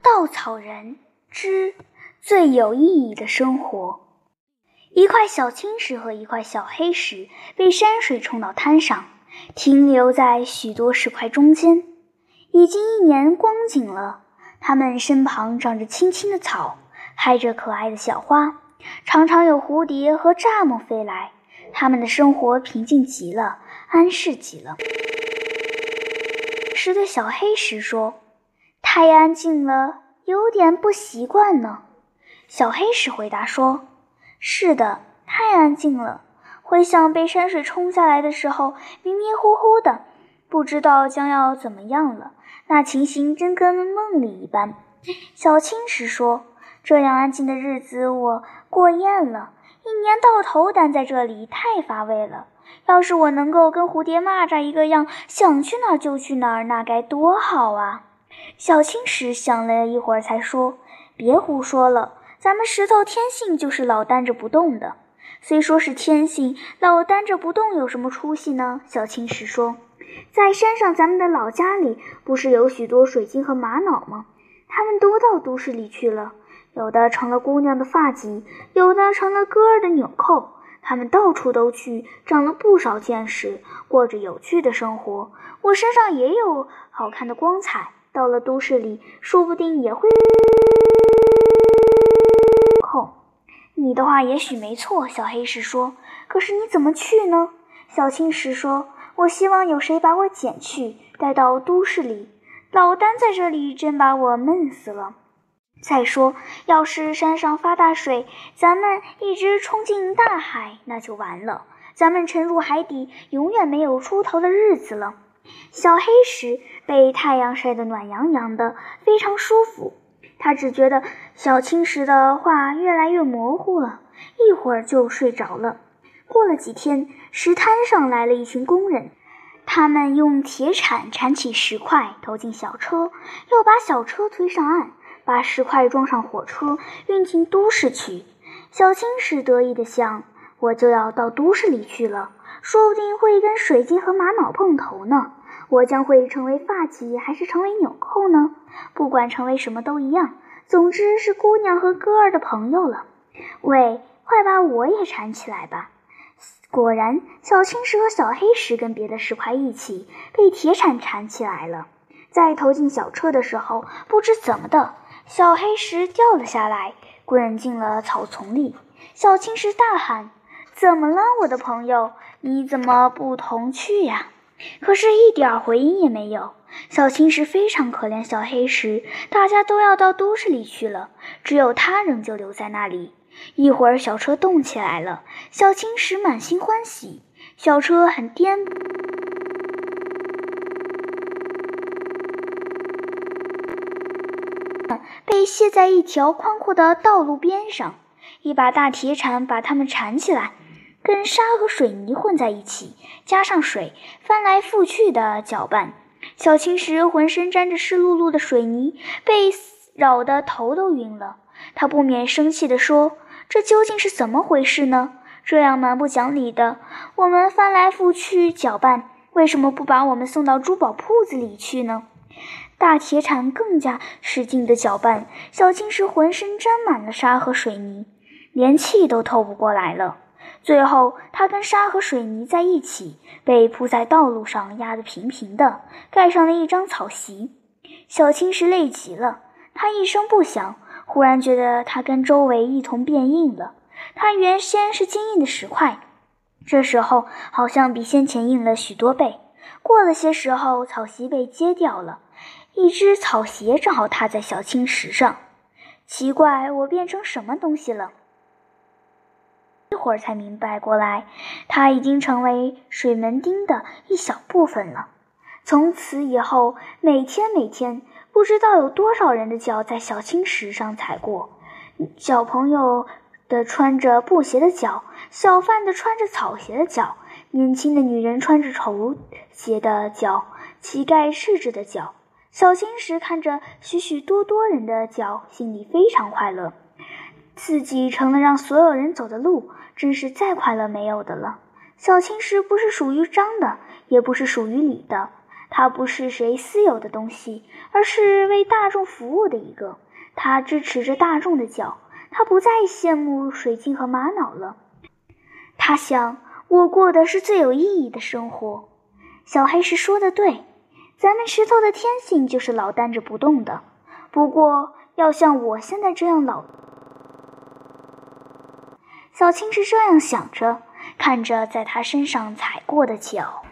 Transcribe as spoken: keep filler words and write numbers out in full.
稻草人之最有意义的生活。一块小青石和一块小黑石被山水冲到滩上，停留在许多石块中间，已经一年光景了。它们身旁长着青青的草，开着可爱的小花，常常有蝴蝶和蚱蜢飞来。它们的生活平静极了，安适极了。石对小黑石说：“太安静了，有点不习惯呢。”小黑石回答说：“是的，太安静了。回想被山水冲下来的时候，迷迷糊糊的，不知道将要怎么样了，那情形真跟梦里一般。”小青石说：“这样安静的日子我过厌了，一年到头待在这里太乏味了。要是我能够跟蝴蝶蚂蚱一个样，想去哪儿就去哪儿，那该多好啊！”小青石想了一会儿才说：“别胡说了，咱们石头天性就是老呆着不动的。”“虽说是天性，老呆着不动有什么出息呢？”小青石说：“在山上咱们的老家里，不是有许多水晶和玛瑙吗？他们都到都市里去了，有的成了姑娘的发髻，有的成了哥儿的纽扣。他们到处都去，长了不少见识，过着有趣的生活。我身上也有好看的光彩，到了都市里，说不定也会扣。”“你的话也许没错。”小黑石说，“可是你怎么去呢？”小青石说：“我希望有谁把我捡去，带到都市里。老呆在这里真把我闷死了。再说，要是山上发大水，咱们一直冲进大海，那就完了。咱们沉入海底，永远没有出头的日子了。”小黑石被太阳晒得暖洋洋的，非常舒服。他只觉得小青石的话越来越模糊了，一会儿就睡着了。过了几天，石滩上来了一群工人，他们用铁铲铲起石块，投进小车，又把小车推上岸，把石块装上火车，运进都市去。小青石得意地想：“我就要到都市里去了，说不定会跟水晶和玛瑙碰头呢。我将会成为发髻还是成为纽扣呢？不管成为什么都一样，总之是姑娘和哥儿的朋友了。喂，快把我也铲起来吧！”果然，小青石和小黑石跟别的石块一起被铁铲铲起来了。在投进小车的时候，不知怎么的，小黑石掉了下来，滚进了草丛里。小青石大喊：“怎么了，我的朋友？你怎么不同去呀？”可是一点回音也没有。小青石非常可怜小黑石，大家都要到都市里去了，只有他仍旧留在那里。一会儿小车动起来了，小青石满心欢喜。小车很颠被卸在一条宽阔的道路边上，一把大铁铲把它们铲起来，跟沙和水泥混在一起，加上水，翻来覆去的搅拌。小青石浑身沾着湿漉漉的水泥，被扰得头都晕了。他不免生气地说：“这究竟是怎么回事呢？这样蛮不讲理的。我们翻来覆去搅拌，为什么不把我们送到珠宝铺子里去呢？”大铁铲更加使劲地搅拌，小青石浑身沾满了沙和水泥，连气都透不过来了。最后，它跟沙和水泥在一起，被铺在道路上压得平平的，盖上了一张草席。小青石累极了，它一声不响，忽然觉得它跟周围一同变硬了。它原先是坚硬的石块，这时候好像比先前硬了许多倍。过了些时候，草席被揭掉了，一只草鞋正好踏在小青石上。奇怪，我变成什么东西了？一会儿才明白过来，它已经成为水门汀的一小部分了。从此以后，每天每天，不知道有多少人的脚在小青石上踩过。小朋友的穿着布鞋的脚，小贩的穿着草鞋的脚，年轻的女人穿着绸鞋的脚，乞丐赤着的脚。小青石看着许许多多人的脚，心里非常快乐。自己成了让所有人走的路，真是再快乐没有的了。小青石不是属于张的，也不是属于李的， 它不是谁私有的东西，而是为大众服务的一个。它支持着大众的脚，它不再羡慕水晶和玛瑙了。他想，我过的是最有意义的生活。小黑石说的对，咱们石头的天性就是老单着不动的。不过，要像我现在这样老……小青是这样想着，看着在他身上踩过的脚。